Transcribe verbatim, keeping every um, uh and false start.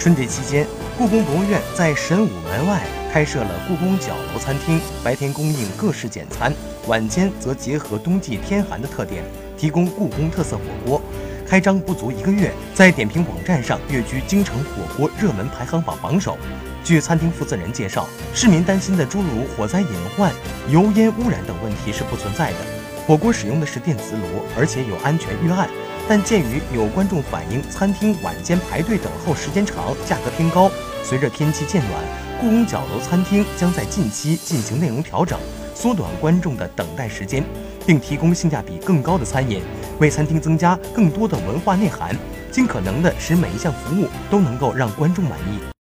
春节期间，故宫博物院在神武门外开设了故宫角楼餐厅，白天供应各式简餐，晚间则结合冬季天寒的特点，提供故宫特色火锅。开张不足一个月，在点评网站上跃居京城火锅热门排行榜榜首。据餐厅负责人介绍，市民担心的诸如火灾隐患、油烟污染等问题是不存在的。火锅使用的是电磁炉，而且有安全预案。但鉴于有观众反映餐厅晚间排队等候时间长、价格偏高，随着天气渐暖，故宫角楼餐厅将在近期进行内容调整，缩短观众的等待时间，并提供性价比更高的餐饮，为餐厅增加更多的文化内涵，尽可能的使每一项服务都能够让观众满意。